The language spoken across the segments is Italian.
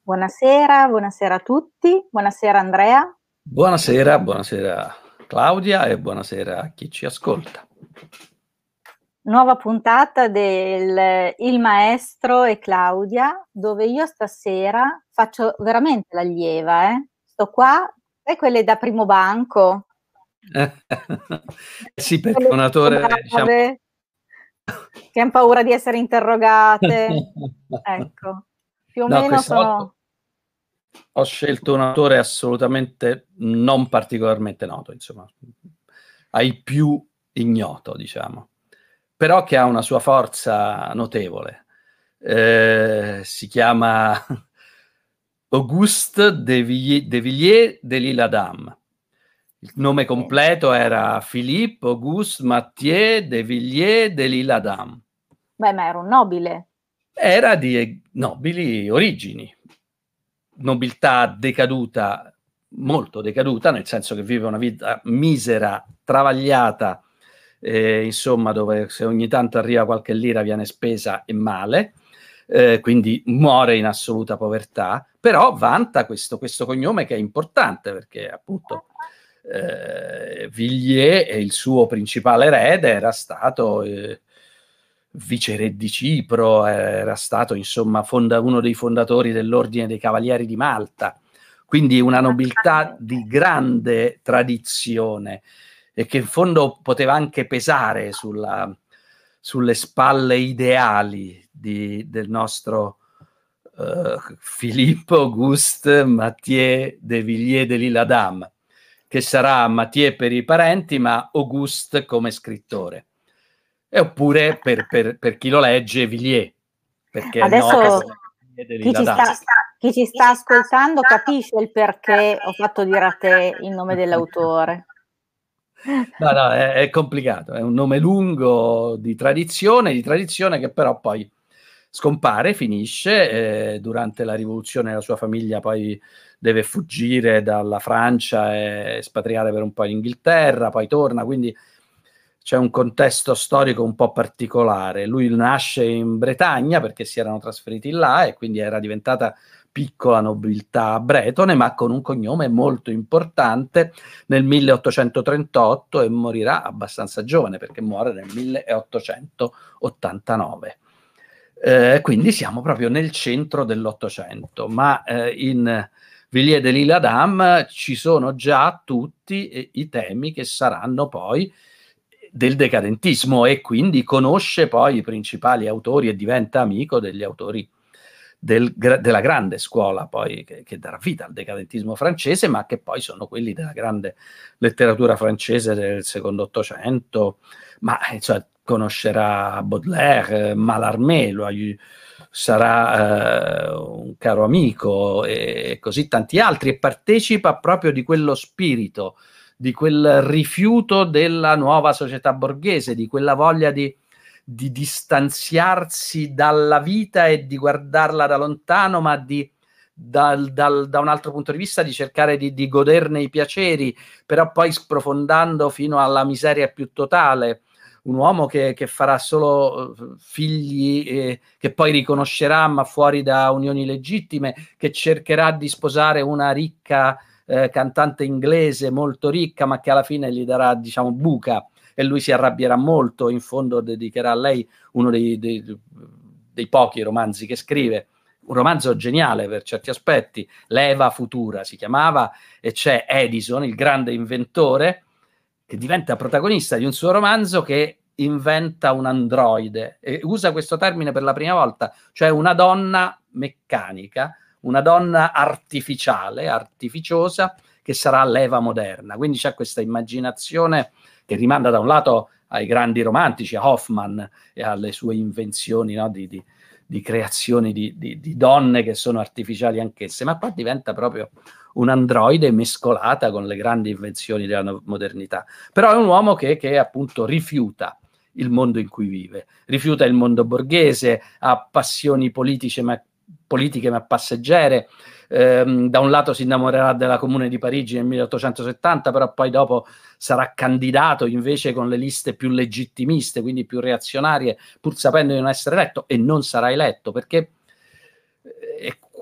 Buonasera, buonasera a tutti. Buonasera Andrea. Buonasera Claudia e buonasera a chi ci ascolta. Nuova puntata del Il Maestro e Claudia, dove io stasera faccio veramente l'allieva, eh. Sto qua, sai quelle da primo banco? Sì, perché Quelle un autore, diciamo... brave, che han paura di essere interrogate. Ecco, più o No, meno questa volta sono... ho scelto un autore assolutamente non particolarmente noto, insomma, ai più ignoto, diciamo, però che ha una sua forza notevole. Si chiama Auguste de Villiers de l'Isle-Adam. Il nome completo era Philippe Auguste Mathieu de Villiers de l'Isle-Adam. Beh, ma era un nobile. Era di nobili origini, nobiltà decaduta, molto decaduta, nel senso che vive una vita misera, travagliata, insomma, dove se ogni tanto arriva qualche lira viene spesa e male, quindi muore in assoluta povertà, però vanta questo cognome che è importante perché appunto Villiers e il suo principale erede era stato viceré di Cipro, era stato insomma uno dei fondatori dell'Ordine dei Cavalieri di Malta, quindi una nobiltà di grande tradizione e che in fondo poteva anche pesare sulle spalle ideali del nostro Philippe Auguste Mathieu de Villiers de l'Isle-Adam, che sarà Mathieu per i parenti, ma Auguste come scrittore. E oppure per chi lo legge Villiers, perché è Adesso noto chi ci sta ascoltando capisce il perché ho fatto dire a te il nome dell'autore. No, è complicato, è un nome lungo di tradizione che però poi scompare, finisce, durante la rivoluzione la sua famiglia poi deve fuggire dalla Francia e espatriare per un po' in Inghilterra, poi torna, quindi c'è un contesto storico un po' particolare. Lui nasce in Bretagna perché si erano trasferiti là e quindi era diventata piccola nobiltà bretone, ma con un cognome molto importante nel 1838 e morirà abbastanza giovane perché muore nel 1889. Quindi siamo proprio nel centro dell'Ottocento, ma in Villiers de l'Isle-Adam ci sono già tutti i temi che saranno poi del decadentismo e quindi conosce poi i principali autori e diventa amico degli autori della grande scuola poi che darà vita al decadentismo francese, ma che poi sono quelli della grande letteratura francese del secondo Ottocento, ma cioè, conoscerà Baudelaire, Mallarmé, sarà un caro amico e così tanti altri, e partecipa proprio di quello spirito, di quel rifiuto della nuova società borghese, di quella voglia di distanziarsi dalla vita e di guardarla da lontano, ma da un altro punto di vista di cercare di goderne i piaceri, però poi sprofondando fino alla miseria più totale. Un uomo che farà solo figli che poi riconoscerà ma fuori da unioni legittime, che cercherà di sposare una ricca cantante inglese molto ricca, ma che alla fine gli darà, diciamo, buca e lui si arrabbierà molto. In fondo dedicherà a lei uno dei pochi romanzi che scrive, un romanzo geniale per certi aspetti, L'Eva Futura si chiamava, e c'è Edison, il grande inventore, che diventa protagonista di un suo romanzo che inventa un androide e usa questo termine per la prima volta, cioè una donna meccanica, una donna artificiale, artificiosa, che sarà l'Eva moderna. Quindi c'è questa immaginazione che rimanda da un lato ai grandi romantici, a Hoffman e alle sue invenzioni, no, di creazioni di donne che sono artificiali anch'esse, ma poi diventa proprio un androide mescolata con le grandi invenzioni della modernità. Però è un uomo che appunto rifiuta il mondo in cui vive, rifiuta il mondo borghese, ha passioni politiche ma passeggere. Da un lato si innamorerà della Comune di Parigi nel 1870, però poi dopo sarà candidato invece con le liste più legittimiste, quindi più reazionarie, pur sapendo di non essere eletto, e non sarà eletto perché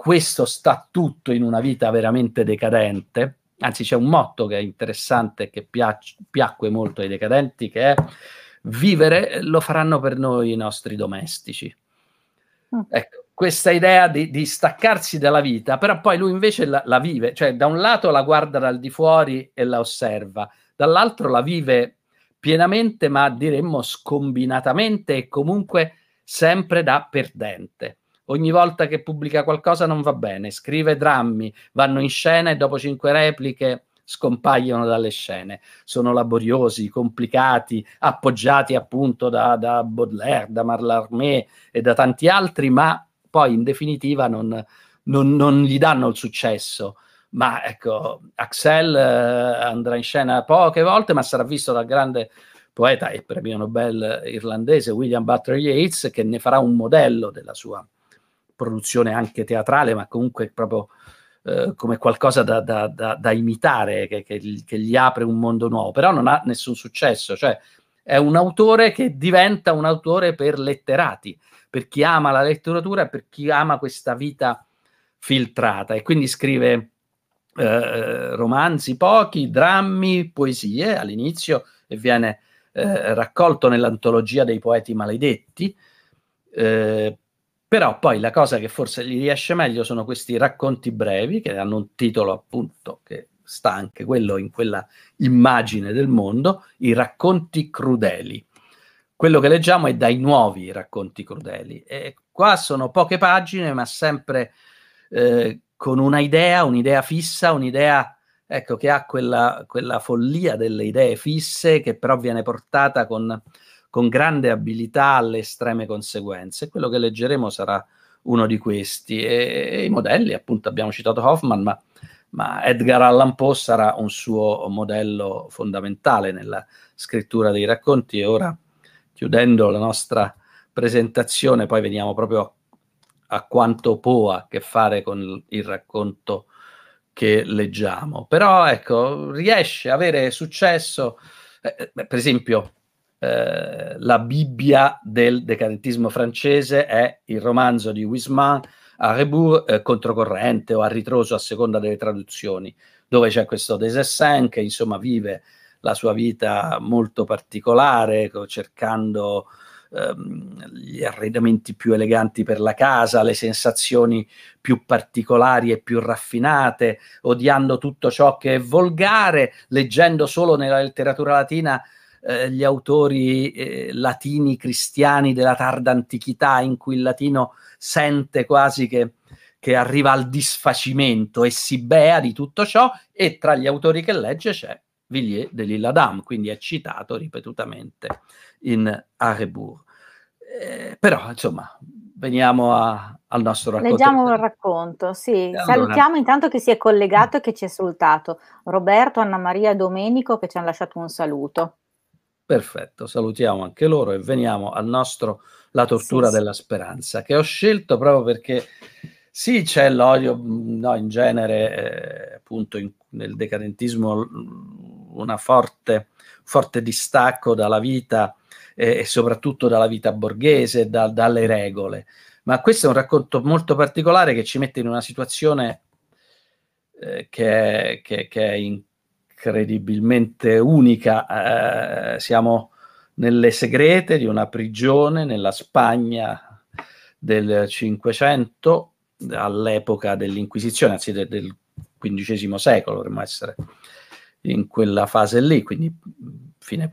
questo sta tutto in una vita veramente decadente. Anzi, c'è un motto che è interessante e che piacque molto ai decadenti, che è: vivere lo faranno per noi i nostri domestici. Ecco, questa idea di staccarsi dalla vita, però poi lui invece la vive, cioè da un lato la guarda dal di fuori e la osserva, dall'altro la vive pienamente, ma diremmo scombinatamente e comunque sempre da perdente. Ogni volta che pubblica qualcosa non va bene, scrive drammi, vanno in scena e dopo 5 repliche scompaiono dalle scene. Sono laboriosi, complicati, appoggiati appunto da Baudelaire, da Mallarmé e da tanti altri, ma poi in definitiva non gli danno il successo. Ma ecco, Axel andrà in scena poche volte, ma sarà visto dal grande poeta e premio Nobel irlandese William Butler Yeats, che ne farà un modello della sua produzione anche teatrale, ma comunque proprio come qualcosa da imitare, che gli apre un mondo nuovo, però non ha nessun successo, cioè è un autore che diventa un autore per letterati, per chi ama la letteratura e per chi ama questa vita filtrata, e quindi scrive romanzi pochi, drammi, poesie all'inizio, e viene raccolto nell'antologia dei poeti maledetti, però poi la cosa che forse gli riesce meglio sono questi racconti brevi, che hanno un titolo appunto che sta anche quello in quella immagine del mondo, i racconti crudeli. Quello che leggiamo è dai nuovi racconti crudeli, e qua sono poche pagine, ma sempre con un'idea fissa, un'idea, ecco, che ha quella follia delle idee fisse, che però viene portata con grande abilità alle estreme conseguenze. Quello che leggeremo sarà uno di questi, e i modelli, appunto, abbiamo citato Hoffman, ma Edgar Allan Poe sarà un suo modello fondamentale nella scrittura dei racconti. E ora, chiudendo la nostra presentazione, poi veniamo proprio a quanto Poe ha a che fare con il racconto che leggiamo. Però ecco, riesce a avere successo, per esempio la Bibbia del decadentismo francese è il romanzo di Huysmans a rebours, controcorrente o a ritroso a seconda delle traduzioni, dove c'è questo Des Esseintes che insomma vive la sua vita molto particolare, cercando gli arredamenti più eleganti per la casa, le sensazioni più particolari e più raffinate, odiando tutto ciò che è volgare, leggendo solo nella letteratura latina gli autori latini cristiani della tarda antichità, in cui il latino sente quasi che arriva al disfacimento e si bea di tutto ciò, e tra gli autori che legge c'è Villiers de l'Isle-Adam, quindi è citato ripetutamente in A rebours. Però insomma, veniamo al nostro racconto. Leggiamo il racconto, sì. Allora, salutiamo intanto chi si è collegato e che ci è salutato. Roberto, Anna Maria e Domenico, che ci hanno lasciato un saluto. Perfetto, salutiamo anche loro e veniamo al nostro La tortura della speranza, che ho scelto proprio perché sì, c'è l'odio, no, in genere, appunto nel decadentismo una forte distacco dalla vita e soprattutto dalla vita borghese, dalle regole. Ma questo è un racconto molto particolare che ci mette in una situazione che è incredibilmente unica. Siamo nelle segrete di una prigione nella Spagna del Cinquecento, all'epoca dell'Inquisizione, anzi del XV secolo, dovremmo essere in quella fase lì, quindi fine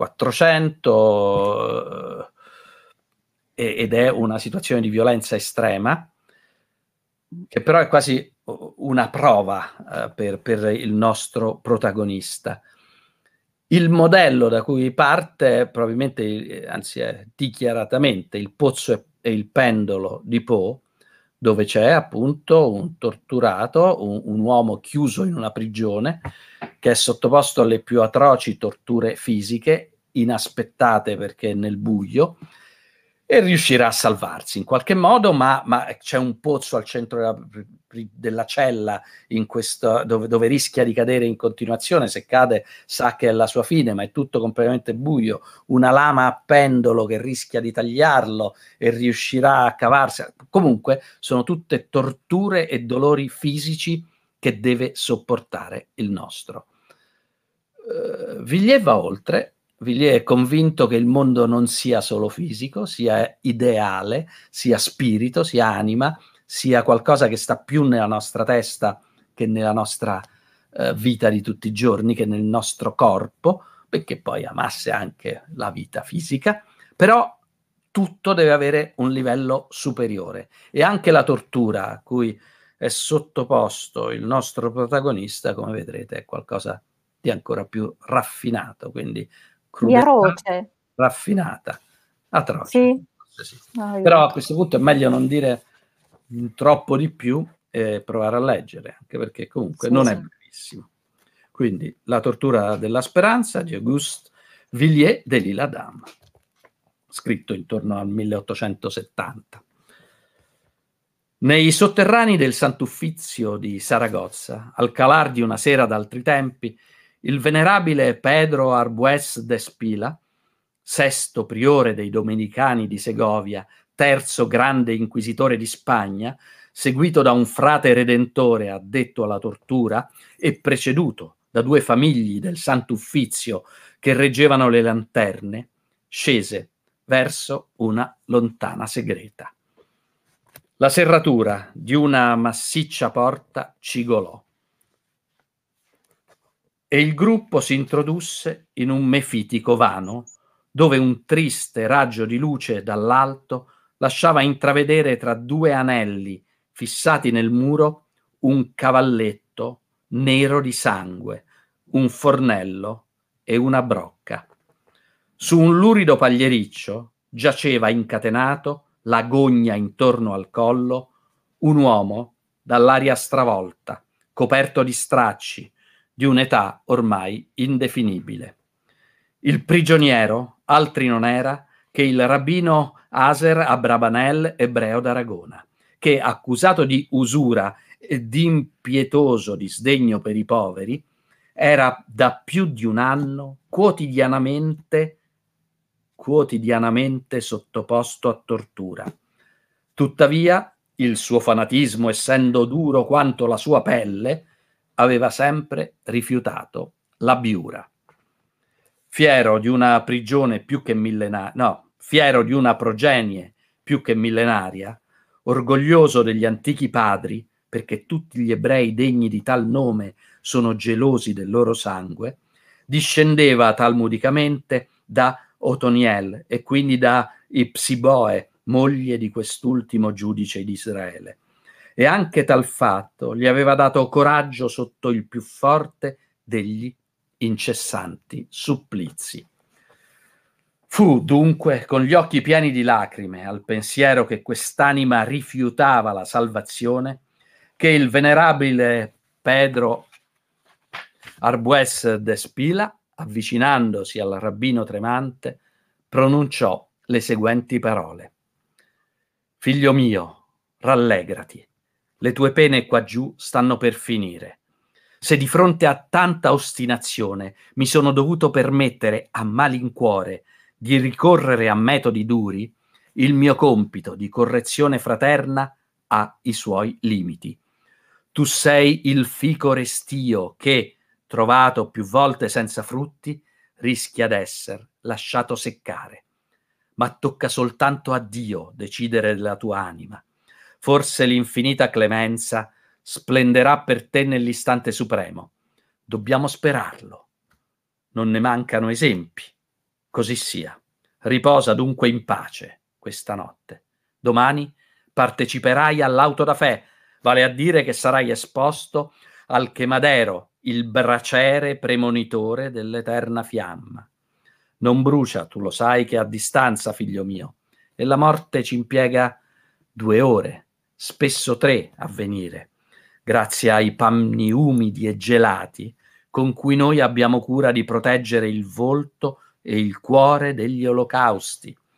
400, ed è una situazione di violenza estrema, che però è quasi una prova per il nostro protagonista. Il modello da cui parte probabilmente, anzi è dichiaratamente, Il pozzo e il pendolo di Poe, dove c'è appunto un torturato, un uomo chiuso in una prigione, che è sottoposto alle più atroci torture fisiche, inaspettate perché nel buio, e riuscirà a salvarsi in qualche modo, ma c'è un pozzo al centro della cella in questo, dove rischia di cadere in continuazione. Se cade sa che è la sua fine, ma è tutto completamente buio, una lama a pendolo che rischia di tagliarlo e riuscirà a cavarsi. Comunque sono tutte torture e dolori fisici che deve sopportare il nostro. Villiers va oltre. Villiers è convinto che il mondo non sia solo fisico, sia ideale, sia spirito, sia anima, sia qualcosa che sta più nella nostra testa che nella nostra vita di tutti i giorni, che nel nostro corpo, perché poi amasse anche la vita fisica, però tutto deve avere un livello superiore, e anche la tortura a cui è sottoposto il nostro protagonista, come vedrete, è qualcosa di ancora più raffinato, quindi Di crudeltà atroce. raffinata, atroce. Sì. Sì. Aiuto. Però a questo punto è meglio non dire troppo di più e provare a leggere, anche perché comunque non è brevissimo. Quindi La tortura della speranza di Auguste Villiers de l'Isle-Adam, scritto intorno al 1870. Nei sotterranei del Sant'Uffizio di Saragozza, al calar di una sera d'altri tempi, il venerabile Pedro Arbues d'Espila, sesto priore dei Domenicani di Segovia, terzo grande inquisitore di Spagna, seguito da un frate redentore addetto alla tortura e preceduto da 2 famigli del Sant'Uffizio che reggevano le lanterne, scese verso una lontana segreta. La serratura di una massiccia porta cigolò e il gruppo si introdusse in un mefitico vano dove un triste raggio di luce dall'alto lasciava intravedere tra 2 anelli fissati nel muro un cavalletto nero di sangue, un fornello e una brocca. Su un lurido pagliericcio giaceva incatenato, la gogna intorno al collo, un uomo dall'aria stravolta, coperto di stracci, di un'età ormai indefinibile. Il prigioniero altri non era che il rabbino Aser Abrabanel, ebreo d'Aragona, che, accusato di usura e di impietoso disdegno per i poveri, era da più di un anno quotidianamente sottoposto a tortura. Tuttavia, il suo fanatismo, essendo duro quanto la sua pelle, aveva sempre rifiutato l'abbiura. Fiero di una prigione più che millenaria, fiero di una progenie più che millenaria, orgoglioso degli antichi padri, perché tutti gli ebrei degni di tal nome sono gelosi del loro sangue, discendeva talmudicamente da Otoniel e quindi da Ipsiboe, moglie di quest'ultimo giudice di Israele. E anche tal fatto gli aveva dato coraggio sotto il più forte degli incessanti supplizi. Fu dunque con gli occhi pieni di lacrime al pensiero che quest'anima rifiutava la salvazione che il venerabile Pedro Arbues d'Espila, avvicinandosi al rabbino tremante, pronunciò le seguenti parole: «Figlio mio, rallegrati, le tue pene qua giù stanno per finire. Se di fronte a tanta ostinazione mi sono dovuto permettere a malincuore di ricorrere a metodi duri, il mio compito di correzione fraterna ha i suoi limiti. Tu sei il fico restio che, trovato più volte senza frutti, rischia d'esser lasciato seccare. Ma tocca soltanto a Dio decidere della tua anima. Forse l'infinita clemenza splenderà per te nell'istante supremo. Dobbiamo sperarlo. Non ne mancano esempi. Così sia. Riposa dunque in pace questa notte. Domani parteciperai all'auto da fè, vale a dire che sarai esposto al chemadero, il braciere premonitore dell'eterna fiamma. Non brucia, tu lo sai che è a distanza, figlio mio, e la morte ci impiega 2 ore, spesso 3 a venire, grazie ai panni umidi e gelati con cui noi abbiamo cura di proteggere il volto e il cuore degli olocausti.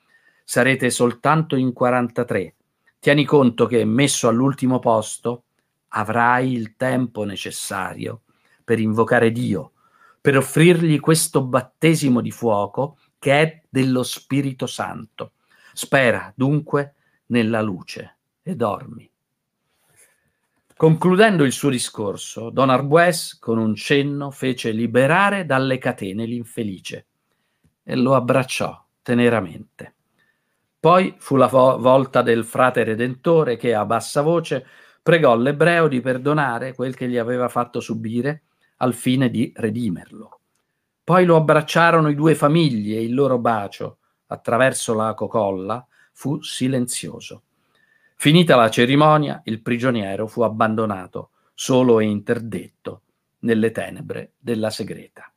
sarete soltanto in 43. Tieni conto che, messo all'ultimo posto, avrai il tempo necessario per invocare Dio, per offrirgli questo battesimo di fuoco che è dello Spirito Santo. Spera dunque nella luce e dormi. Concludendo il suo discorso, Don Arbues con un cenno fece liberare dalle catene l'infelice e lo abbracciò teneramente. Poi fu la volta del frate Redentore che a bassa voce pregò l'ebreo di perdonare quel che gli aveva fatto subire al fine di redimerlo. Poi lo abbracciarono i due famiglie e il loro bacio, attraverso la cocolla, fu silenzioso. Finita la cerimonia, il prigioniero fu abbandonato, solo e interdetto, nelle tenebre della segreta.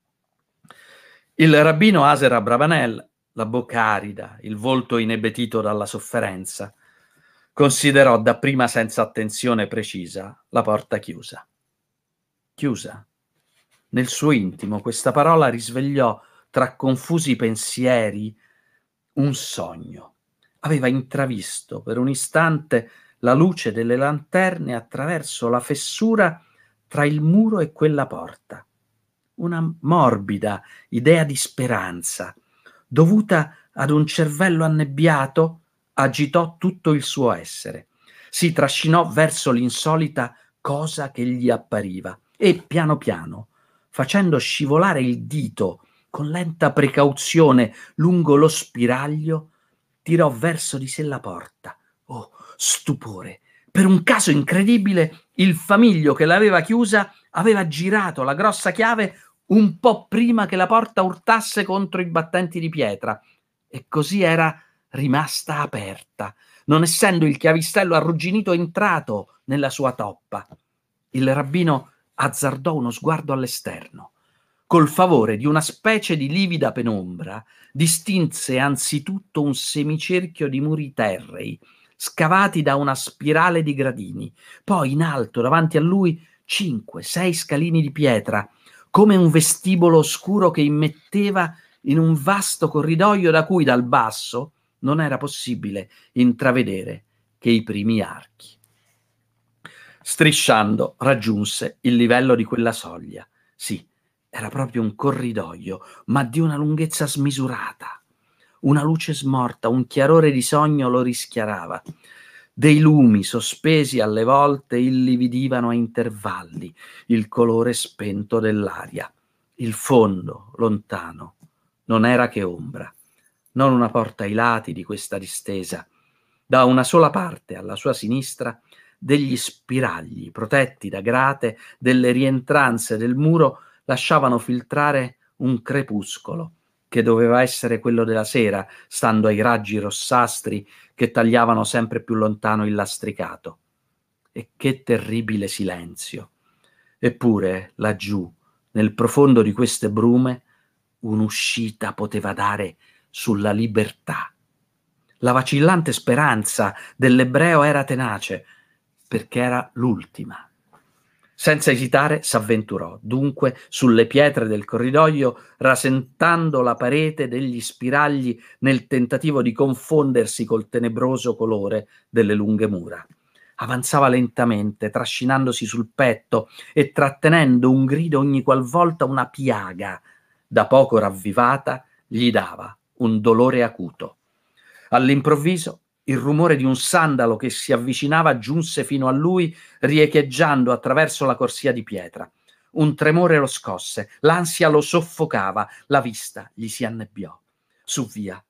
Il rabbino Aser Abravanel, la bocca arida, il volto inebetito dalla sofferenza, considerò dapprima senza attenzione precisa la porta chiusa. Chiusa. Nel suo intimo questa parola risvegliò tra confusi pensieri un sogno. Aveva intravisto per un istante la luce delle lanterne attraverso la fessura tra il muro e quella porta. Una morbida idea di speranza, dovuta ad un cervello annebbiato, agitò tutto il suo essere. Si trascinò verso l'insolita cosa che gli appariva e piano piano, facendo scivolare il dito con lenta precauzione lungo lo spiraglio, tirò verso di sé la porta. Oh, stupore! Per un caso incredibile, il famiglio che l'aveva chiusa aveva girato la grossa chiave un po' prima che la porta urtasse contro i battenti di pietra, e così era rimasta aperta, non essendo il chiavistello arrugginito entrato nella sua toppa. Il rabbino azzardò uno sguardo all'esterno. Col favore di una specie di livida penombra, distinse anzitutto un semicerchio di muri terrei, scavati da una spirale di gradini, poi in alto davanti a lui 5-6 scalini di pietra, come un vestibolo oscuro che immetteva in un vasto corridoio da cui dal basso non era possibile intravedere che i primi archi. Strisciando raggiunse il livello di quella soglia. Sì, era proprio un corridoio, ma di una lunghezza smisurata. Una luce smorta, un chiarore di sogno lo rischiarava. Dei lumi sospesi alle volte illividivano a intervalli il colore spento dell'aria. Il fondo, lontano, non era che ombra, non una porta ai lati di questa distesa. Da una sola parte, alla sua sinistra, degli spiragli protetti da grate delle rientranze del muro lasciavano filtrare un crepuscolo che doveva essere quello della sera, stando ai raggi rossastri che tagliavano sempre più lontano il lastricato. E che terribile silenzio! Eppure, laggiù, nel profondo di queste brume, un'uscita poteva dare sulla libertà. La vacillante speranza dell'ebreo era tenace, perché era l'ultima. Senza esitare s'avventurò, dunque, sulle pietre del corridoio, rasentando la parete degli spiragli nel tentativo di confondersi col tenebroso colore delle lunghe mura. Avanzava lentamente, trascinandosi sul petto e trattenendo un grido ogni qualvolta una piaga, da poco ravvivata, gli dava un dolore acuto. All'improvviso il rumore di un sandalo che si avvicinava giunse fino a lui, riecheggiando attraverso la corsia di pietra. Un tremore lo scosse, l'ansia lo soffocava, la vista gli si annebbiò. Su via.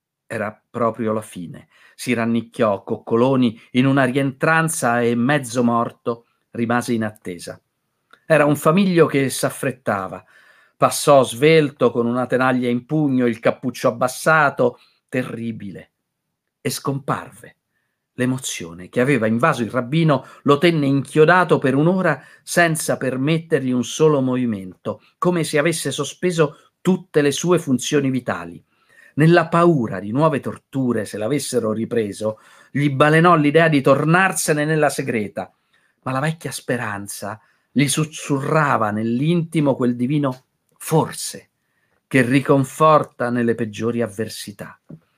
Era proprio la fine. Si rannicchiò coccoloni in una rientranza e, mezzo morto, rimase in attesa. Era un famiglio che s'affrettava. Passò svelto con una tenaglia in pugno, il cappuccio abbassato, terribile, e scomparve. L'emozione che aveva invaso il rabbino lo tenne inchiodato per un'ora senza permettergli un solo movimento, come se avesse sospeso tutte le sue funzioni vitali. Nella paura di nuove torture, se l'avessero ripreso, gli balenò l'idea di tornarsene nella segreta, ma la vecchia speranza gli sussurrava nell'intimo quel divino forse che riconforta nelle peggiori avversità.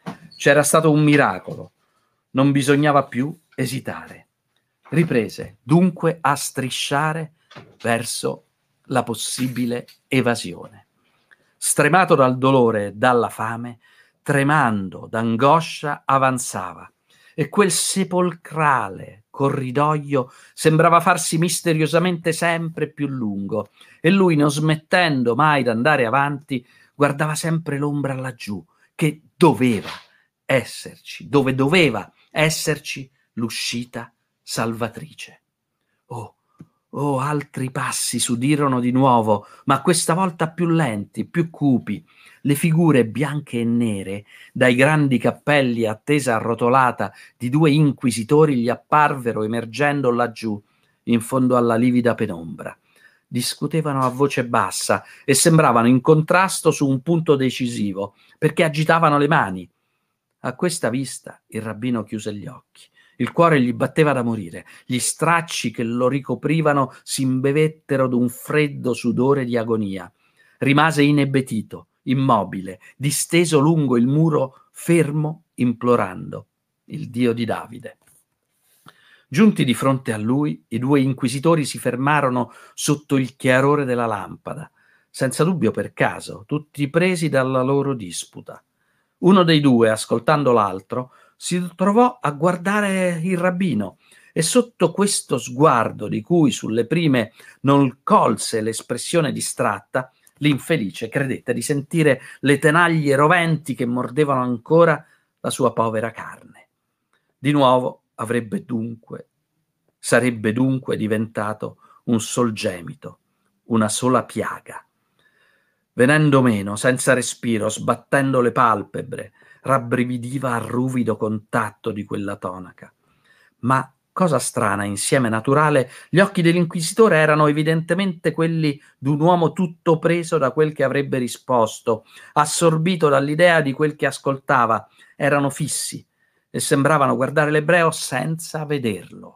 C'era stato un miracolo. Non bisognava più esitare. Riprese dunque a strisciare verso la possibile evasione. Stremato dal dolore e dalla fame, tremando d'angoscia, avanzava, e quel sepolcrale corridoio sembrava farsi misteriosamente sempre più lungo, e lui, non smettendo mai d'andare avanti, guardava sempre l'ombra laggiù, che doveva esserci, dove doveva esserci l'uscita salvatrice. Oh, altri passi s'udirono di nuovo, ma questa volta più lenti, più cupi. Le figure bianche e nere, dai grandi cappelli a tesa arrotolata di due inquisitori, gli apparvero emergendo laggiù, in fondo alla livida penombra. Discutevano a voce bassa e sembravano in contrasto su un punto decisivo, perché agitavano le mani. A questa vista il rabbino chiuse gli occhi. Il cuore gli batteva da morire. Gli stracci che lo ricoprivano si imbevettero d'un freddo sudore di agonia. Rimase inebetito, immobile, disteso lungo il muro, fermo, implorando il Dio di Davide. Giunti di fronte a lui, i due inquisitori si fermarono sotto il chiarore della lampada, senza dubbio per caso, tutti presi dalla loro disputa. Uno dei due, ascoltando l'altro, si trovò a guardare il rabbino, e sotto questo sguardo, di cui sulle prime non colse l'espressione distratta, l'infelice credette di sentire le tenaglie roventi che mordevano ancora la sua povera carne. Di nuovo sarebbe dunque diventato un sol gemito, una sola piaga. Venendo meno, senza respiro, sbattendo le palpebre, rabbrividiva al ruvido contatto di quella tonaca. Ma, cosa strana, insieme naturale, gli occhi dell'inquisitore erano evidentemente quelli d'un uomo tutto preso da quel che avrebbe risposto, assorbito dall'idea di quel che ascoltava. Erano fissi e sembravano guardare l'ebreo senza vederlo.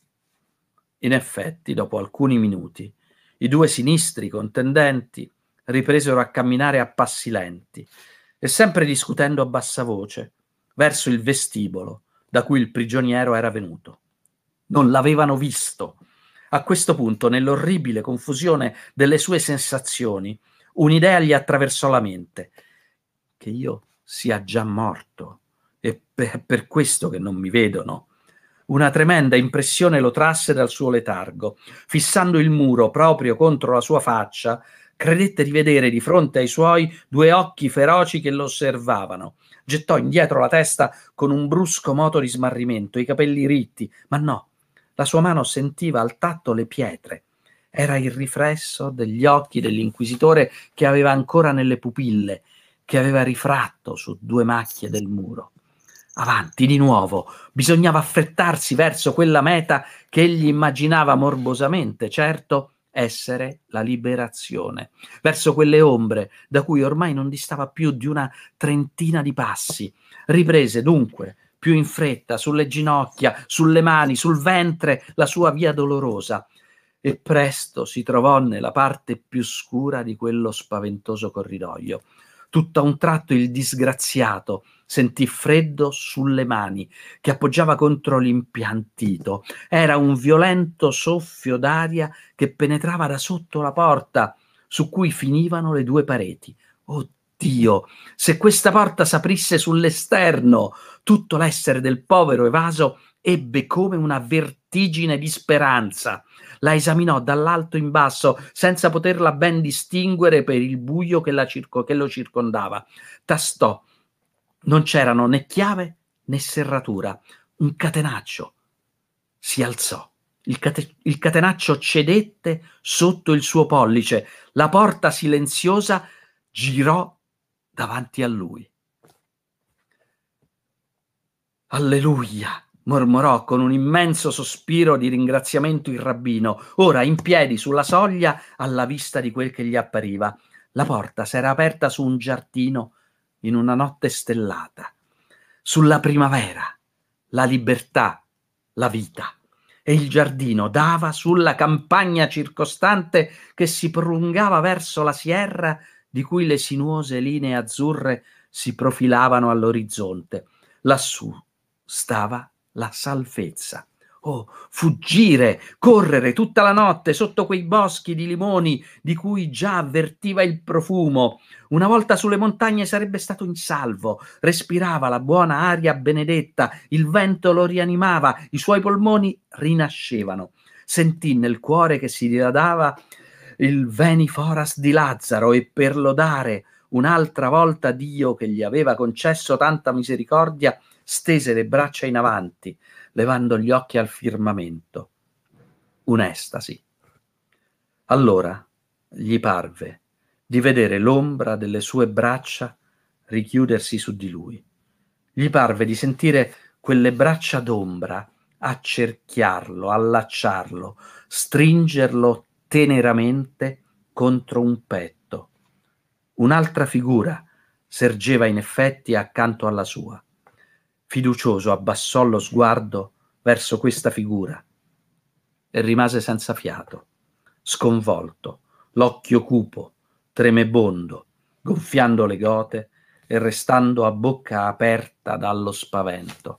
In effetti, dopo alcuni minuti, i due sinistri contendenti ripresero a camminare a passi lenti e sempre discutendo a bassa voce verso il vestibolo da cui il prigioniero era venuto. Non l'avevano visto. A questo punto, nell'orribile confusione delle sue sensazioni, un'idea gli attraversò la mente: che io sia già morto e per questo che non mi vedono. Una tremenda impressione lo trasse dal suo letargo. Fissando il muro proprio contro la sua faccia, credette di vedere di fronte ai suoi due occhi feroci che lo osservavano. Gettò indietro la testa con un brusco moto di smarrimento, i capelli ritti, ma no, la sua mano sentiva al tatto le pietre. Era il riflesso degli occhi dell'inquisitore che aveva ancora nelle pupille, che aveva rifratto su due macchie del muro. Avanti di nuovo, bisognava affrettarsi verso quella meta che egli immaginava morbosamente, certo, essere la liberazione, verso quelle ombre da cui ormai non distava più di una trentina di passi. Riprese dunque, più in fretta, sulle ginocchia, sulle mani, sul ventre, la sua via dolorosa, e presto si trovò nella parte più scura di quello spaventoso corridoio. Tutto a un tratto il disgraziato sentì freddo sulle mani che appoggiava contro l'impiantito. Era un violento soffio d'aria che penetrava da sotto la porta su cui finivano le due pareti. Oh Dio, se questa porta s'aprisse sull'esterno! Tutto l'essere del povero evaso ebbe come una vertigine di speranza. La esaminò dall'alto in basso senza poterla ben distinguere per il buio che lo circondava. Tastò. Non c'erano né chiave né serratura. Un catenaccio. Si alzò. Il catenaccio cedette sotto il suo pollice. La porta silenziosa girò davanti a lui. Alleluia! Mormorò con un immenso sospiro di ringraziamento il rabbino, ora in piedi sulla soglia alla vista di quel che gli appariva. La porta s'era aperta su un giardino in una notte stellata, sulla primavera, la libertà, la vita. E il giardino dava sulla campagna circostante che si prolungava verso la sierra di cui le sinuose linee azzurre si profilavano all'orizzonte. Lassù stava la salvezza. Oh, fuggire, correre tutta la notte sotto quei boschi di limoni di cui già avvertiva il profumo. Una volta sulle montagne sarebbe stato in salvo, respirava la buona aria benedetta, il vento lo rianimava, i suoi polmoni rinascevano. Sentì nel cuore che si diradava il Veni Foras di Lazzaro e per lodare un'altra volta Dio che gli aveva concesso tanta misericordia, stese le braccia in avanti, levando gli occhi al firmamento. Un'estasi. Allora gli parve di vedere l'ombra delle sue braccia richiudersi su di lui. Gli parve di sentire quelle braccia d'ombra accerchiarlo, allacciarlo, stringerlo teneramente contro un petto. Un'altra figura sergeva in effetti accanto alla sua. Fiducioso abbassò lo sguardo verso questa figura e rimase senza fiato, sconvolto, l'occhio cupo, tremebondo, gonfiando le gote e restando a bocca aperta dallo spavento.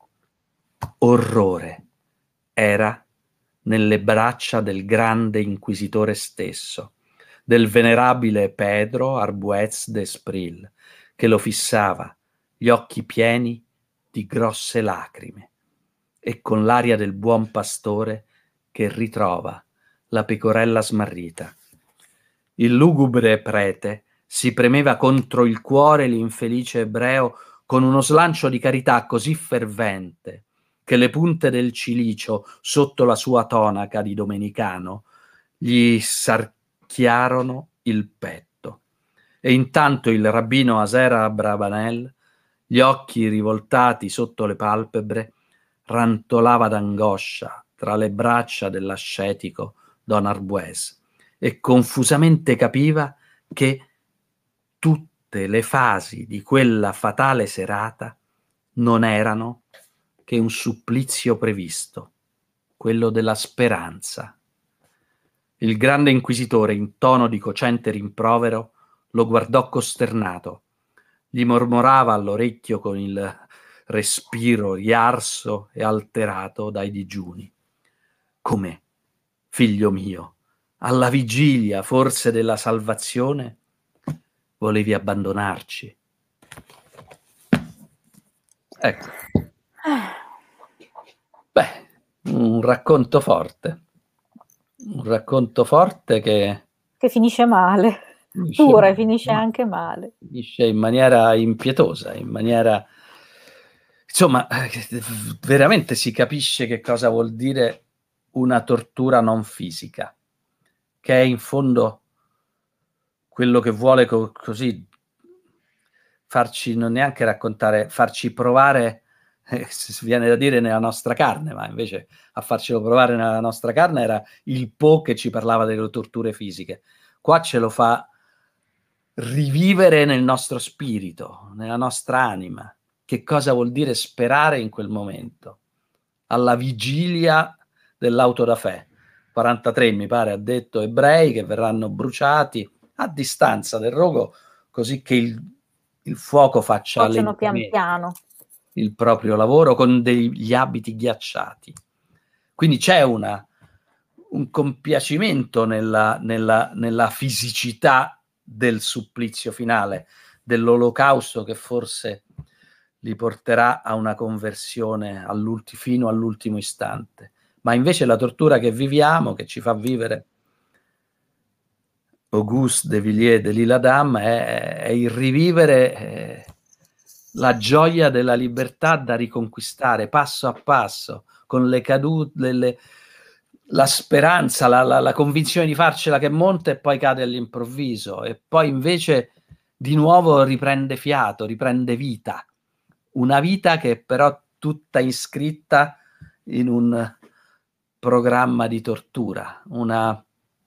Orrore era nelle braccia del grande inquisitore stesso, del venerabile Pedro Arbuez de Esprill, che lo fissava, gli occhi pieni di grosse lacrime, e con l'aria del buon pastore che ritrova la pecorella smarrita. Il lugubre prete si premeva contro il cuore l'infelice ebreo con uno slancio di carità così fervente che le punte del cilicio sotto la sua tonaca di domenicano gli sarchiarono il petto. E intanto il rabbino Asera Abravanel, gli occhi rivoltati sotto le palpebre, rantolava d'angoscia tra le braccia dell'ascetico Don Arbues e confusamente capiva che tutte le fasi di quella fatale serata non erano che un supplizio previsto, quello della speranza. Il grande inquisitore, in tono di cocente rimprovero, lo guardò costernato, gli mormorava all'orecchio con il respiro riarso e alterato dai digiuni. Come, figlio mio, alla vigilia forse della salvazione, volevi abbandonarci? Ecco. Beh, un racconto forte Che finisce male. Dura e finisce anche male. Finisce in maniera impietosa, in maniera... Insomma, veramente si capisce che cosa vuol dire una tortura non fisica, che è in fondo quello che vuole così farci, non neanche raccontare, farci provare, viene da dire nella nostra carne, ma invece a farcelo provare nella nostra carne era il Po che ci parlava delle torture fisiche. Qua ce lo fa rivivere nel nostro spirito, nella nostra anima. Che cosa vuol dire sperare in quel momento? Alla vigilia dell'auto da fè. 43, mi pare, ha detto, ebrei che verranno bruciati a distanza del rogo, così che il fuoco faccia pian piano il proprio lavoro con degli abiti ghiacciati. Quindi c'è un compiacimento nella fisicità del supplizio finale, dell'olocausto che forse li porterà a una conversione fino all'ultimo istante. Ma invece la tortura che viviamo, che ci fa vivere Auguste de Villiers de l'Isle-Adam, è il rivivere la gioia della libertà da riconquistare passo a passo, con le cadute, la speranza, la convinzione di farcela che monta e poi cade all'improvviso, e poi invece di nuovo riprende fiato, riprende vita. Una vita che è però tutta iscritta in un programma di tortura, una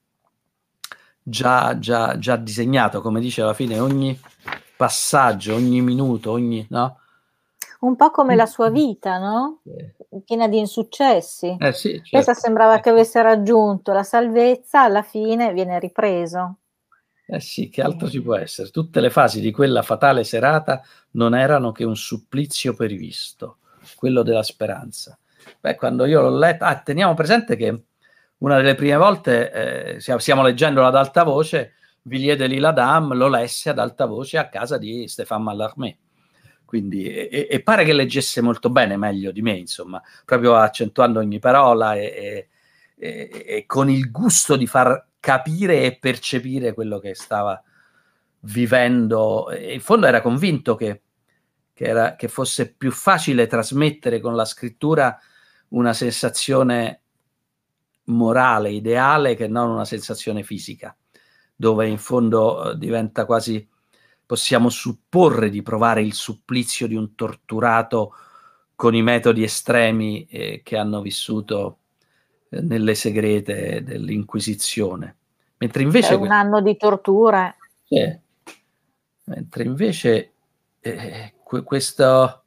già disegnato, come dice alla fine, ogni passaggio, ogni minuto, ogni, no? Un po' come la sua vita, no? Piena di insuccessi. Sì, certo. Questa sembrava che avesse raggiunto la salvezza, alla fine viene ripreso. Eh sì, che altro ci può essere? Tutte le fasi di quella fatale serata non erano che un supplizio previsto, quello della speranza. Beh, quando io l'ho letto, teniamo presente che una delle prime volte stiamo leggendolo ad alta voce, Villiers de l'Isle Adam lo lesse ad alta voce a casa di Stéphane Mallarmé. Quindi, e pare che leggesse molto bene, meglio di me, insomma, proprio accentuando ogni parola e con il gusto di far capire e percepire quello che stava vivendo. E in fondo era convinto che fosse più facile trasmettere con la scrittura una sensazione morale, ideale, che non una sensazione fisica, dove in fondo diventa quasi, possiamo supporre di provare il supplizio di un torturato con i metodi estremi che hanno vissuto nelle segrete dell'Inquisizione. Mentre invece un anno di torture. Mentre invece questo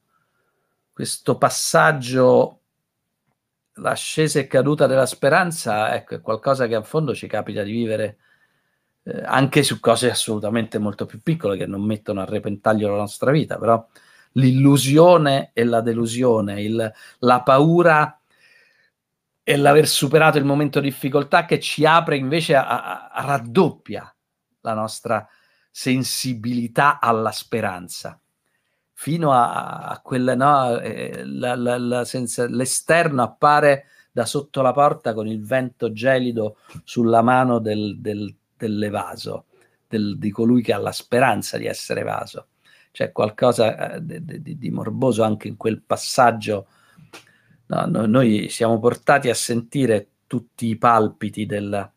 passaggio, l'ascesa e caduta della speranza, ecco, è qualcosa che a fondo ci capita di vivere anche su cose assolutamente molto più piccole che non mettono a repentaglio la nostra vita, però l'illusione e la delusione, la paura e l'aver superato il momento di difficoltà che ci apre invece a raddoppia la nostra sensibilità alla speranza, fino a quella, no, l'esterno appare da sotto la porta con il vento gelido sulla mano dell'evaso, di colui che ha la speranza di essere evaso. C'è qualcosa di morboso anche in quel passaggio. No, noi siamo portati a sentire tutti i palpiti del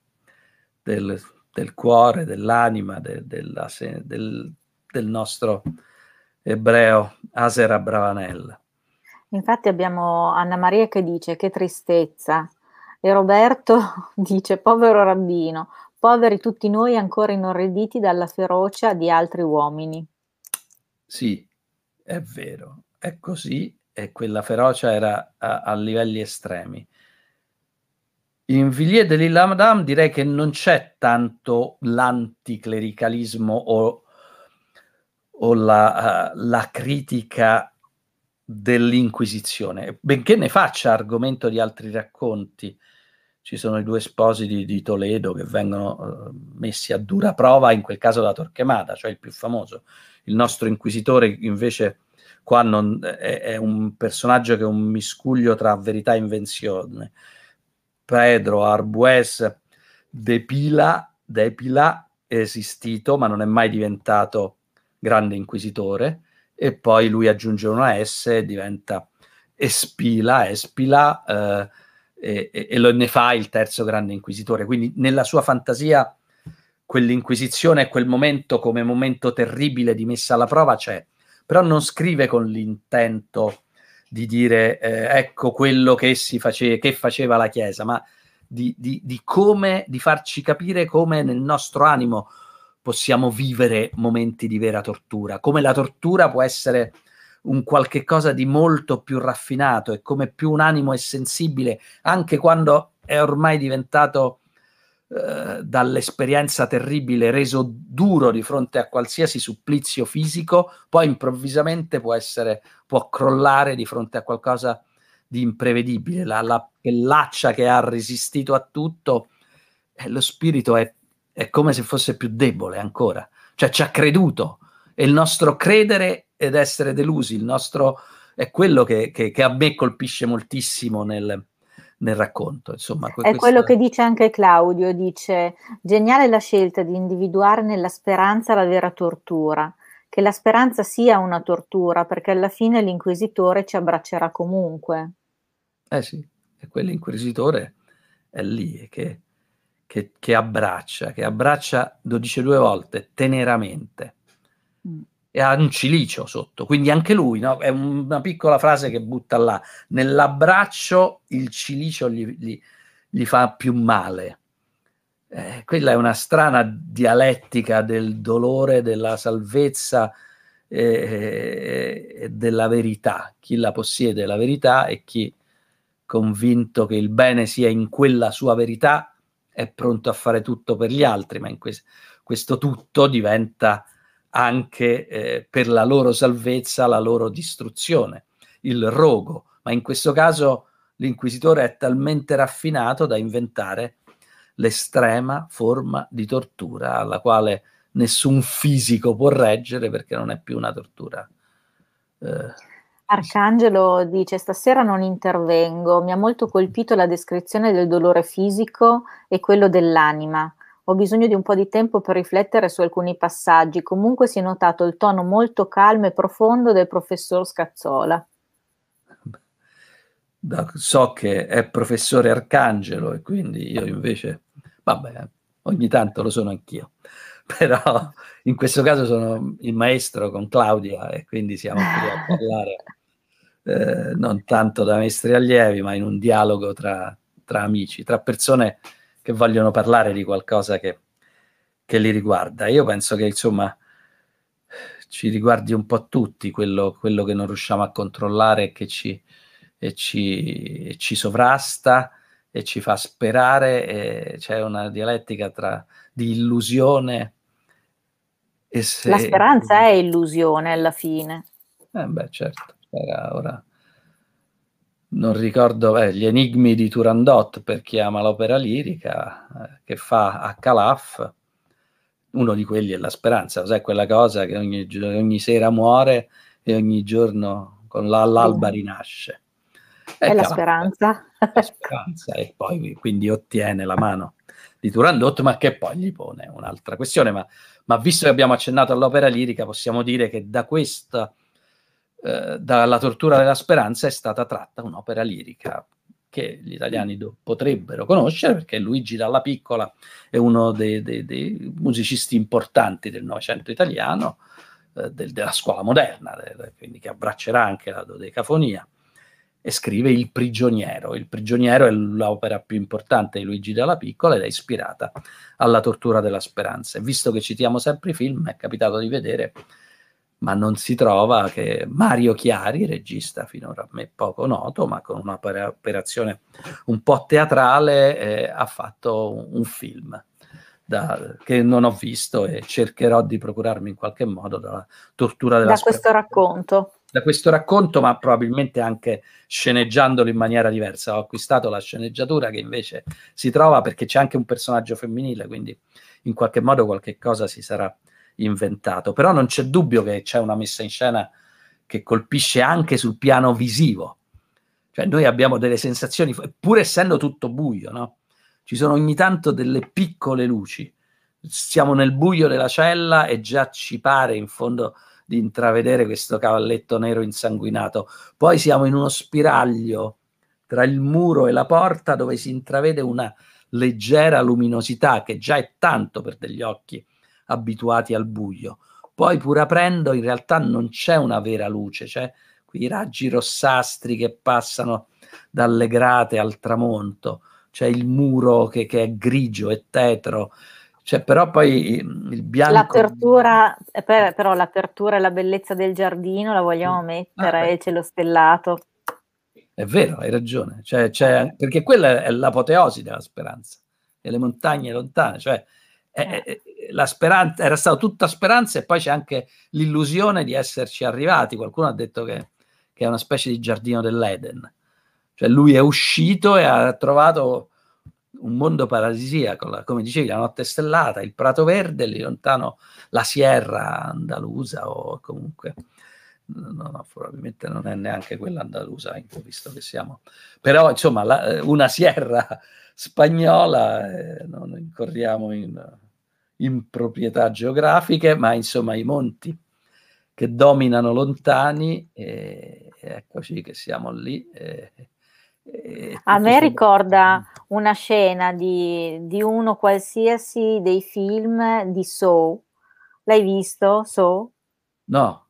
cuore, dell'anima, del nostro ebreo Aser Abravanel. Infatti abbiamo Anna Maria che dice che tristezza, e Roberto dice povero rabbino, poveri tutti noi ancora inorriditi dalla ferocia di altri uomini. Sì, è vero, è così, e quella ferocia era a livelli estremi. In Villiers de l'Isle Adam direi che non c'è tanto l'anticlericalismo o la critica dell'Inquisizione, benché ne faccia argomento di altri racconti. Ci sono i due sposi di Toledo che vengono messi a dura prova, in quel caso da Torquemada, cioè il più famoso. Il nostro inquisitore invece qua è un personaggio che è un miscuglio tra verità e invenzione. Pedro Arbues de Pila è esistito, ma non è mai diventato grande inquisitore, e poi lui aggiunge una S e diventa Espila e lo ne fa il terzo grande inquisitore. Quindi nella sua fantasia quell'inquisizione e quel momento come momento terribile di messa alla prova c'è, però non scrive con l'intento di dire ecco quello che faceva la Chiesa, ma di come, di farci capire come nel nostro animo possiamo vivere momenti di vera tortura, come la tortura può essere un qualche cosa di molto più raffinato e come più un animo è sensibile anche quando è ormai diventato dall'esperienza terribile reso duro di fronte a qualsiasi supplizio fisico, poi improvvisamente può crollare di fronte a qualcosa di imprevedibile. La pellaccia che ha resistito a tutto, lo spirito è come se fosse più debole ancora, cioè ci ha creduto, e il nostro credere ed essere delusi, il nostro è quello che a me colpisce moltissimo nel racconto. Insomma, È quello che dice anche Claudio, dice geniale la scelta di individuare nella speranza la vera tortura, che la speranza sia una tortura, perché alla fine l'inquisitore ci abbraccerà comunque. Sì, e quell'inquisitore è lì che abbraccia, lo dice 2 volte, teneramente. E ha un cilicio sotto, quindi anche lui, no? È una piccola frase che butta là. Nell'abbraccio il cilicio gli fa più male. Quella è una strana dialettica del dolore, della salvezza e della verità. Chi la possiede la verità e chi, convinto che il bene sia in quella sua verità, è pronto a fare tutto per gli altri, ma questo tutto diventa anche per la loro salvezza, la loro distruzione, il rogo. Ma in questo caso l'inquisitore è talmente raffinato da inventare l'estrema forma di tortura alla quale nessun fisico può reggere, perché non è più una tortura. Arcangelo dice: stasera non intervengo, mi ha molto colpito la descrizione del dolore fisico e quello dell'anima. Ho bisogno di un po' di tempo per riflettere su alcuni passaggi. Comunque si è notato il tono molto calmo e profondo del professor Scazzola. So che è professore Arcangelo e quindi io invece, vabbè, ogni tanto lo sono anch'io, però in questo caso sono il maestro con Claudia e quindi siamo qui a parlare non tanto da maestri allievi, ma in un dialogo tra amici, tra persone che vogliono parlare di qualcosa che li riguarda. Io penso che insomma ci riguardi un po' tutti quello che non riusciamo a controllare e ci sovrasta e ci fa sperare, e c'è una dialettica di illusione e La speranza è illusione alla fine. Beh, certo, ora non ricordo gli enigmi di Turandot, per chi ama l'opera lirica, che fa a Calaf. Uno di quelli è la speranza, cos'è quella cosa che ogni sera muore e ogni giorno con l'alba rinasce. È la speranza. La speranza, e poi quindi ottiene la mano di Turandot, ma che poi gli pone un'altra questione. Ma visto che abbiamo accennato all'opera lirica, possiamo dire che da questa, dalla tortura della speranza, è stata tratta un'opera lirica che gli italiani potrebbero conoscere, perché Luigi Dalla Piccola è uno dei musicisti importanti del Novecento italiano, della scuola moderna, quindi che abbraccerà anche la dodecafonia, e scrive Il prigioniero. Il prigioniero è l'opera più importante di Luigi Dalla Piccola ed è ispirata alla tortura della speranza. E visto che citiamo sempre i film, è capitato di vedere, ma non si trova, che Mario Chiari, regista finora a me poco noto, ma con un'operazione un po' teatrale, ha fatto un film che non ho visto e cercherò di procurarmi in qualche modo dalla tortura della speranza. Da questo racconto. Da questo racconto, ma probabilmente anche sceneggiandolo in maniera diversa. Ho acquistato la sceneggiatura che invece si trova, perché c'è anche un personaggio femminile, quindi in qualche modo qualche cosa si sarà inventato. Però non c'è dubbio che c'è una messa in scena che colpisce anche sul piano visivo. Cioè noi abbiamo delle sensazioni, pur essendo tutto buio, no? Ci sono ogni tanto delle piccole luci. Siamo nel buio della cella e già ci pare in fondo di intravedere questo cavalletto nero insanguinato. Poi siamo in uno spiraglio tra il muro e la porta dove si intravede una leggera luminosità che già è tanto per degli occhi abituati al buio. Poi, pur aprendo, in realtà non c'è una vera luce, c'è quei raggi rossastri che passano dalle grate al tramonto, c'è il muro che è grigio e tetro. Cioè, però poi il bianco... L'apertura, però l'apertura e la bellezza del giardino la vogliamo mettere, il cielo stellato. È vero, hai ragione, perché quella è l'apoteosi della speranza, e le montagne lontane, cioè la speranza era stata tutta speranza, e poi c'è anche l'illusione di esserci arrivati. Qualcuno ha detto che è una specie di giardino dell'Eden, cioè lui è uscito e ha trovato un mondo paradisiaco, come dicevi, la notte stellata, il prato verde, lì lontano la sierra andalusa, o comunque no, probabilmente non è neanche quella andalusa, visto che siamo, però insomma una sierra spagnola, non incorriamo in proprietà geografiche, ma insomma i monti che dominano lontani, e eccoci che siamo lì. A me ricorda una scena di uno qualsiasi dei film di Saw. L'hai visto, Saw? No.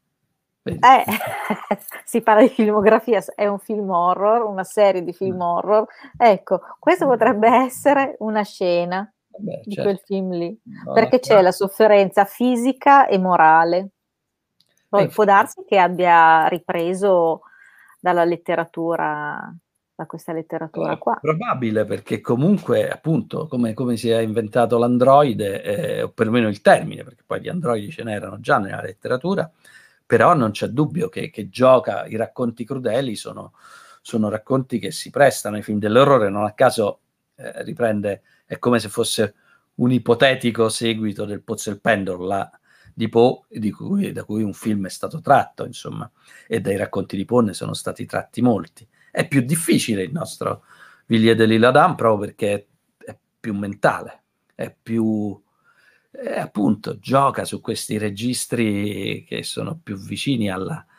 Si parla di filmografia, è un film horror, una serie di film horror. Ecco, questo potrebbe essere una scena di quel film lì, perché c'è la sofferenza fisica e morale. Può darsi che abbia ripreso dalla letteratura da questa letteratura qua. Probabile, perché comunque, appunto, come si è inventato l'androide, o perlomeno il termine, perché poi di androidi ce n'erano già nella letteratura, però non c'è dubbio che gioca, i racconti crudeli sono racconti che si prestano ai film dell'orrore, non a caso riprende, è come se fosse un ipotetico seguito del Pozzo e il Pendolo, di Poe, da cui un film è stato tratto, insomma, e dai racconti di Poe ne sono stati tratti molti. È più difficile il nostro Villiers de l'Isle Adam proprio perché è più mentale, è più appunto gioca su questi registri che sono più vicini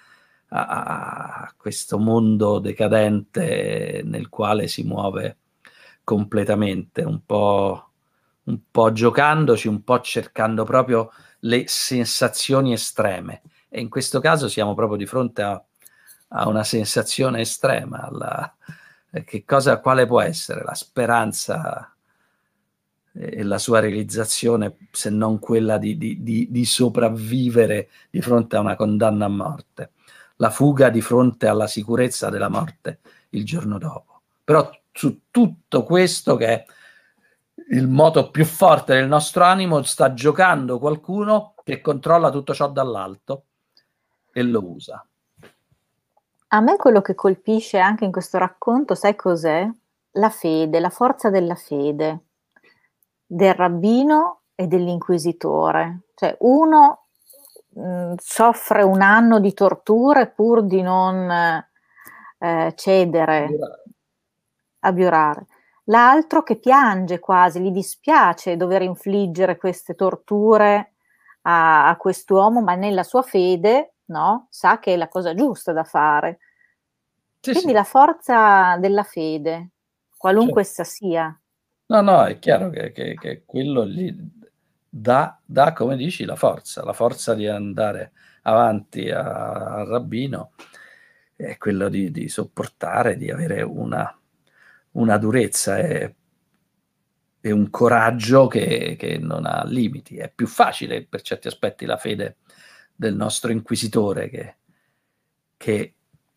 a questo mondo decadente nel quale si muove completamente, un po' giocandoci, un po' cercando proprio le sensazioni estreme. E in questo caso siamo proprio di fronte a una sensazione estrema, quale può essere la speranza e la sua realizzazione se non quella di sopravvivere di fronte a una condanna a morte, la fuga di fronte alla sicurezza della morte il giorno dopo. Però su tutto questo, che è il moto più forte del nostro animo, sta giocando qualcuno che controlla tutto ciò dall'alto e lo usa. A me quello che colpisce anche in questo racconto, sai cos'è? La fede, la forza della fede del rabbino e dell'inquisitore. Cioè uno soffre un anno di torture pur di non cedere, abiurare. L'altro che piange quasi, gli dispiace dover infliggere queste torture a quest'uomo, ma nella sua fede, no, sa che è la cosa giusta da fare. Sì, Quindi sì. la forza della fede, qualunque essa sia. No, è chiaro che quello lì dà, come dici, la forza di andare avanti al rabbino, è quello di sopportare, di avere una durezza e un coraggio che non ha limiti. È più facile per certi aspetti la fede del nostro inquisitore che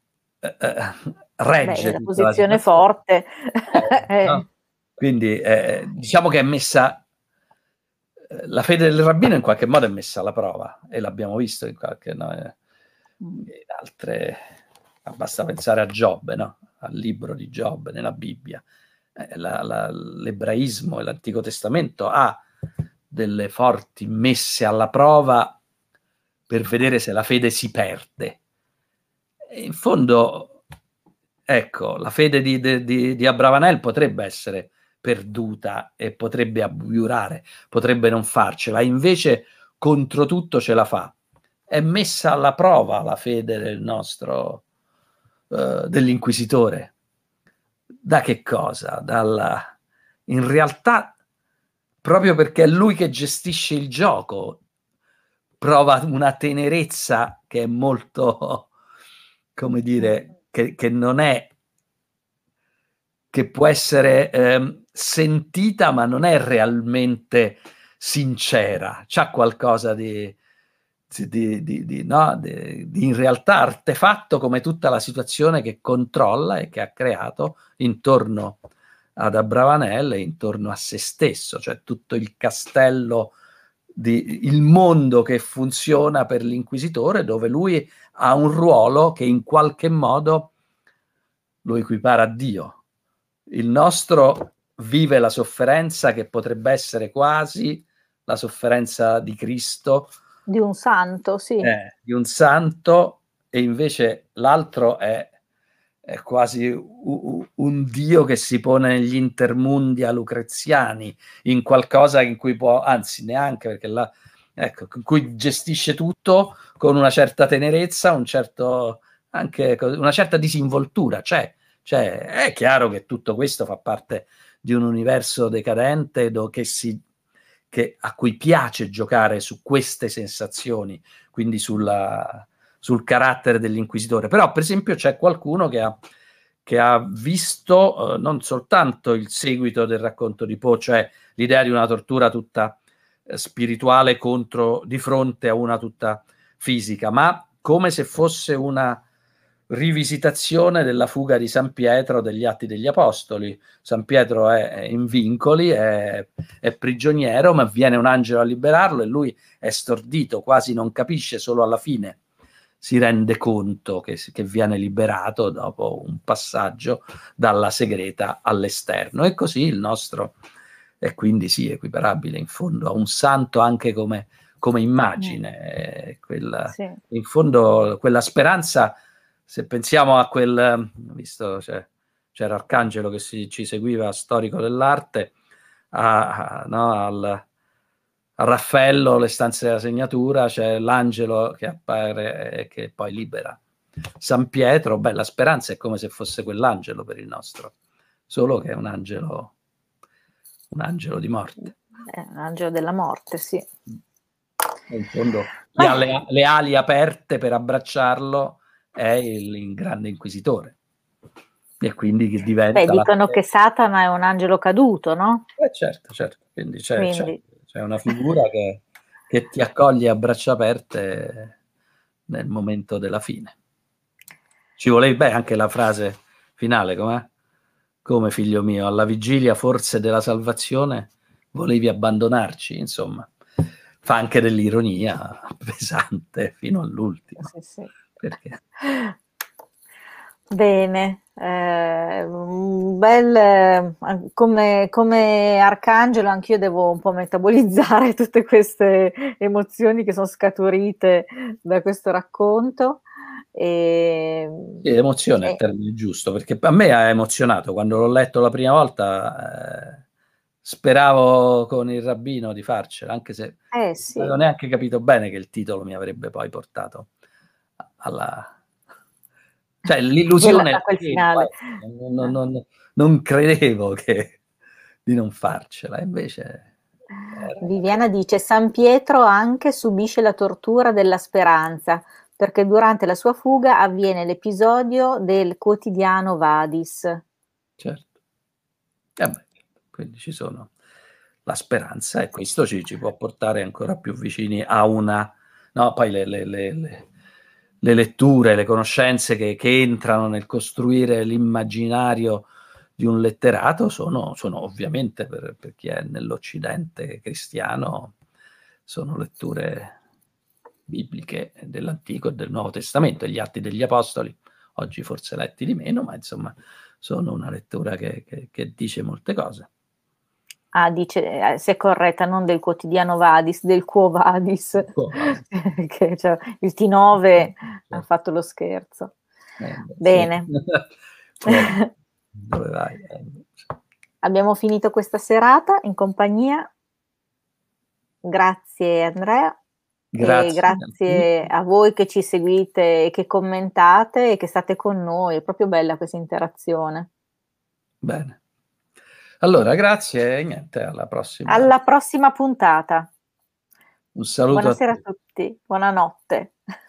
regge La tutta la posizione situazione. forte. No? Quindi diciamo che è messa, la fede del rabbino in qualche modo è messa alla prova, e l'abbiamo visto in altre, basta pensare a Giobbe, no? Al libro di Giobbe nella Bibbia. L'ebraismo e l'Antico Testamento ha delle forti messe alla prova per vedere se la fede si perde. E in fondo, ecco, la fede di Abravanel potrebbe essere perduta e potrebbe abiurare, potrebbe non farcela, invece contro tutto ce la fa. È messa alla prova la fede del nostro dell'inquisitore. Da che cosa? In realtà, proprio perché è lui che gestisce il gioco, prova una tenerezza che è molto, come dire, che non è, che può essere sentita, ma non è realmente sincera. C'ha qualcosa di in realtà artefatto, come tutta la situazione che controlla e che ha creato intorno ad Abravanel e intorno a se stesso, cioè tutto il castello, il mondo che funziona per l'inquisitore, dove lui ha un ruolo che in qualche modo lo equipara a Dio. Il nostro vive la sofferenza che potrebbe essere quasi la sofferenza di Cristo, di un santo, sì. Di un santo, e invece l'altro è quasi un Dio che si pone negli intermundia lucreziani, in qualcosa in cui può, anzi neanche, perché ecco, in cui gestisce tutto con una certa tenerezza, anche una certa disinvoltura. Cioè, è chiaro che tutto questo fa parte di un universo decadente a cui piace giocare su queste sensazioni, quindi sul carattere dell'inquisitore. Però, per esempio, c'è qualcuno che ha visto non soltanto il seguito del racconto di Poe, cioè l'idea di una tortura tutta spirituale di fronte a una tutta fisica, ma come se fosse rivisitazione della fuga di San Pietro degli Atti degli Apostoli. San Pietro è in vincoli, è prigioniero, ma viene un angelo a liberarlo e lui è stordito, quasi non capisce, solo alla fine si rende conto che viene liberato dopo un passaggio dalla segreta all'esterno. E così il nostro è quindi sì equiparabile in fondo a un santo anche come immagine, Sì. in fondo quella speranza, se pensiamo a quel, visto c'era Arcangelo che ci seguiva, storico dell'arte, a Raffaello, le stanze della segnatura, c'è l'angelo che appare e che poi libera San Pietro. Beh, la speranza è come se fosse quell'angelo per il nostro, solo che è un angelo di morte. È un angelo della morte, sì. In fondo chi ha le ali aperte per abbracciarlo è il grande inquisitore, e quindi che diventa dicono che Satana è un angelo caduto, no? Certo, quindi c'è una figura che ti accoglie a braccia aperte nel momento della fine. Ci volevi anche la frase finale, com'è? Come, figlio mio, alla vigilia forse della salvazione volevi abbandonarci, insomma. Fa anche dell'ironia pesante fino all'ultimo. Sì. Perché? Bene, un bel, come Arcangelo anch'io devo un po' metabolizzare tutte queste emozioni che sono scaturite da questo racconto. Sì, emozione è il termine giusto, perché a me ha emozionato quando l'ho letto la prima volta. Speravo con il rabbino di farcela, anche se sì. non ho neanche capito bene che il titolo mi avrebbe poi portato alla... Cioè l'illusione a quel finale. non credevo di non farcela, invece... Viviana dice: San Pietro anche subisce la tortura della speranza, perché durante la sua fuga avviene l'episodio del quotidiano Vadis. Certo. Quindi ci sono la speranza, e questo ci può portare ancora più vicini a una... No, poi le letture, le conoscenze che entrano nel costruire l'immaginario di un letterato sono ovviamente, per chi è nell'Occidente cristiano, sono letture bibliche dell'Antico e del Nuovo Testamento. Gli Atti degli Apostoli, oggi forse letti di meno, ma insomma sono una lettura che dice molte cose. Dice, se è corretta, non del quotidiano Vadis, del Quo Vadis, che cioè, il T9 ha fatto lo scherzo. Bene. Dove vai? Abbiamo finito questa serata in compagnia. Grazie Andrea. Grazie a voi che ci seguite e che commentate e che state con noi. È proprio bella questa interazione. Bene. Allora, grazie e niente, alla prossima. Alla prossima puntata. Un saluto. Buonasera a tutti, buonanotte.